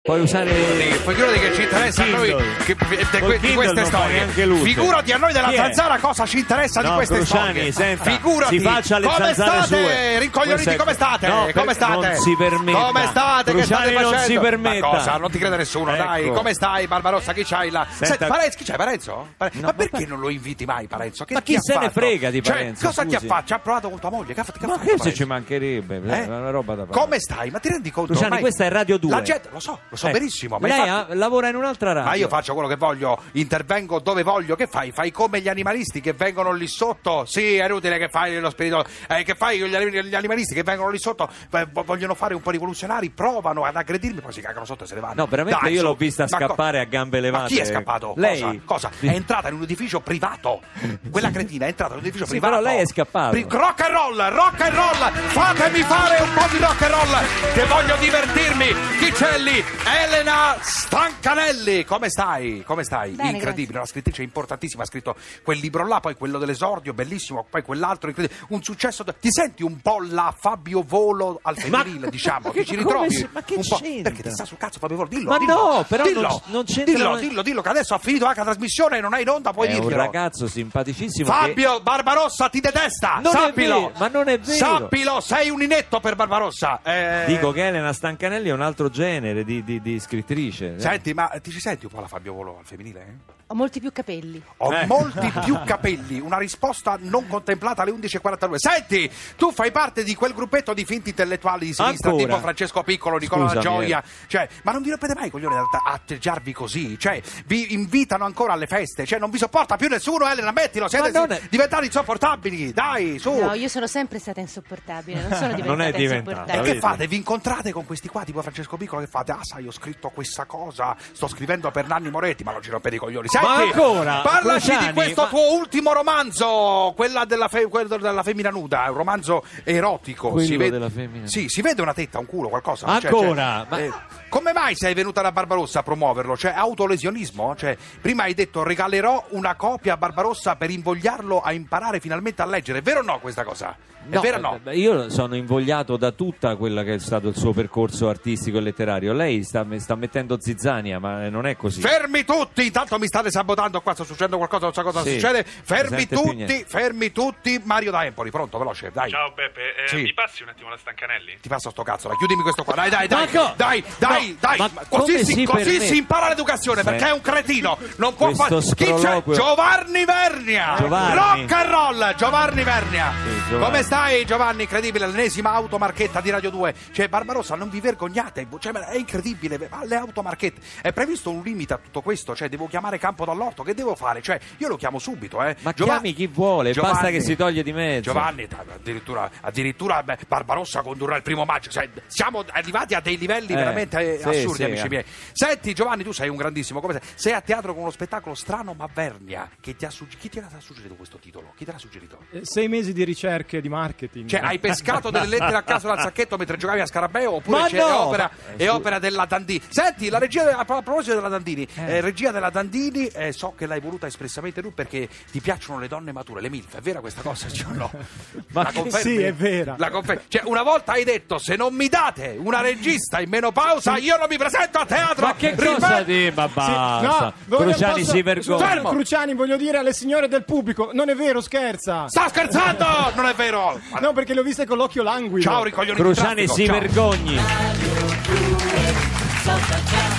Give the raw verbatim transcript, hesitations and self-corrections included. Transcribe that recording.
Puoi usare figurati che ci interessa a noi che, de, di queste storie. Figurati a noi della zanzara cosa ci interessa no, di queste Cruciani, storie. Senta, figurati. si faccia le come zanzare state? Sue. Rincoglioniti, come state? No, come state? Non si permetta. Come state? Cruciani, che state facendo? non si permetta. Ma cosa? Non ti crede nessuno, ecco. Dai. Come stai, Barbarossa? Chi c'hai là? Senta... Senti, Parenzo, chi c'hai, Parenzo? Pare... No, ma perché ma... non lo inviti mai, Parenzo? Che ma chi, chi se ha ne fatto? frega di cioè, Parenzo? Cosa scusi. ti ha fatto? Ci ha provato con tua moglie? Che ha fatto? Che ha ma fatto, che se ci mancherebbe? Eh? Una roba da fare. Come stai? Ma ti rendi conto? Cruciani, ormai... questa è Radio due. La gente, lo so, lo so eh. benissimo. Ma lei infatti... ha... lavora in un'altra radio. Ma io faccio quello che voglio, intervengo dove voglio. Che fai? Fai come gli animalisti che vengono lì sotto? Sì, è inutile che fai lo spirito. Eh, che fai gli, gli animalisti che vengono lì sotto? Eh, vogliono fare un po' rivoluzionari, provano ad aggredirmi, poi si cagano sotto e se ne vanno. No, veramente Dai, io su. l'ho vista Ma scappare co- a gambe levate. Ma chi è scappato? Lei? Cosa? Cosa? È entrata in un edificio privato. Quella cretina è entrata in un edificio sì, privato. però lei è scappato. Pri- rock and roll, rock and roll. Fatemi fare un po' di rock and roll, che voglio divertirmi. Chi c'è lì? Elena Stancanelli. Come stai? Come stai? Bene, Incredibile, grazie. una scrittrice importantissima, ha scritto quel libro là, poi quello dell'esordio, bellissimo, poi quell'altro, incredibile. Un successo. Ti senti un po' la Fabio Volo al femminile, diciamo? Ti ci ritrovi? si- ma che un po'? c'entra? Perché ti sta sul cazzo Fabio Volo? Dillo, Ma dillo, no, però dillo, non- non c'entra- dillo, dillo, dillo, che adesso ha finito anche la trasmissione e non hai in onda, puoi È un dirglielo. ragazzo simpaticissimo. Fabio che... Barbarossa ti detesta, Non è sappilo. vero, ma non è vero. Sappilo, sei un inetto per Barbarossa. Eh... Dico che Elena Stancanelli è un altro genere di, di, di scrittrice. Senti, ma ti ci senti un po' la Fabio Volo al femminile? Eh? Ho molti più capelli. Ho Eh. molti più capelli, una risposta non contemplata alle undici e quarantadue. Senti, tu fai parte di quel gruppetto di finti intellettuali di sinistra, Ancora? tipo Francesco Piccolo, Nicola La Scusami, Gioia. Cioè, ma non vi rompete mai i coglioni a a atteggiarvi così? Cioè, vi invitano ancora alle feste, cioè non vi sopporta più nessuno, Elena, mettilo, siete Ma non è- diventati insopportabili, dai, su. No, io sono sempre stata insopportabile, non sono diventata Non è diventata, E insopportabile. che vedi? fate? Vi incontrate con questi qua, tipo Francesco Piccolo, che fate? Ah, sai, ho scritto questa cosa, sto scrivendo per Nanni Moretti, ma non ci rompete i coglioni. Senti, Ma ancora? parlaci Cruciani, di questo ma- tuo ultimo romanzo, quella della, fe- quello della femmina nuda, è un romanzo erotico. Quello si vede... della femmina. Sì, si vede una tetta, un culo, qualcosa. Ancora? Cioè, Ma- eh, come mai sei venuta da Barbarossa a promuoverlo? Cioè, autolesionismo? Cioè, prima hai detto regalerò una copia a Barbarossa per invogliarlo a imparare finalmente a leggere. È vero o no questa cosa? È No, vero o no? eh, io sono invogliato da tutta quella che è stato il suo percorso artistico e letterario. Lei sta, sta mettendo zizzania, ma non è così. Fermi tutti, intanto mi state sabotando qua, sta succedendo qualcosa, non so cosa Sì, succede. non Fermi si sente più tutti, niente. fermi tutti. Mario da Empoli, pronto, veloce, dai. Ciao Beppe, eh, Sì. mi passi un attimo la Stancanelli? Ti passo sto cazzo, dai, chiudimi questo qua, dai, dai, dai, Ma co- dai, dai, no, dai, ma così, come si, si così permette? si impara l'educazione, Sì. perché è un cretino, non può fare. Questo Chi c'è? sproloquio. Giovanni Vernia, Giovanni. rock and roll, Giovanni Vernia. Sì, Giovanni. Come stai, Giovanni? Incredibile, l'ennesima automarchetta di Radio due. Cioè, Barbarossa, non vi vergognate, cioè, è incredibile, le automarchette. È previsto un limite a tutto questo, cioè, devo chiamare Campo Dall'Orto, che devo fare? Cioè, io lo chiamo subito, eh. Ma Giova- chiami chi vuole, Giovanni. basta che si toglie di mezzo. Giovanni, addirittura, addirittura beh, Barbarossa condurrà il primo maggio. Cioè, siamo arrivati a dei livelli Eh, veramente sì, assurdi, sì, amici eh. miei. Senti, Giovanni, tu sei un grandissimo. Come sei? Sei a teatro con uno spettacolo strano ma Vernia. Che ti ha sugge- chi ti ha suggerito questo titolo? Chi te l'ha suggerito? Eh, Sei mesi di ricerche di marketing. Cioè, hai pescato delle lettere a caso dal sacchetto mentre giocavi a Scarabeo? Oppure Ma c'è no! è opera, Ma- è opera della Dandini? Senti, la regia, de- a proposito della Dandini, eh, regia della Dandini, eh, so che l'hai voluta espressamente tu perché ti piacciono le donne mature, le MILF. È vera questa cosa? Cioè, no? Ma La che- confermi? sì, è vera. La confer- cioè, una volta hai detto: se non mi date una regista in menopausa, io non mi presento a teatro. Ma che Ripeto- cosa di... Ma basta. voglio- Cruciani posso- si vergogna. Fermo. Cruciani, voglio dire alle signore del pubblico, non è vero, scherza. Sta scherzando? Non è vero. No, perché le ho viste con l'occhio languido. Ciao, ricoglioni di Cruciani traffico, si ciao. vergogni. Radio due Social Channel.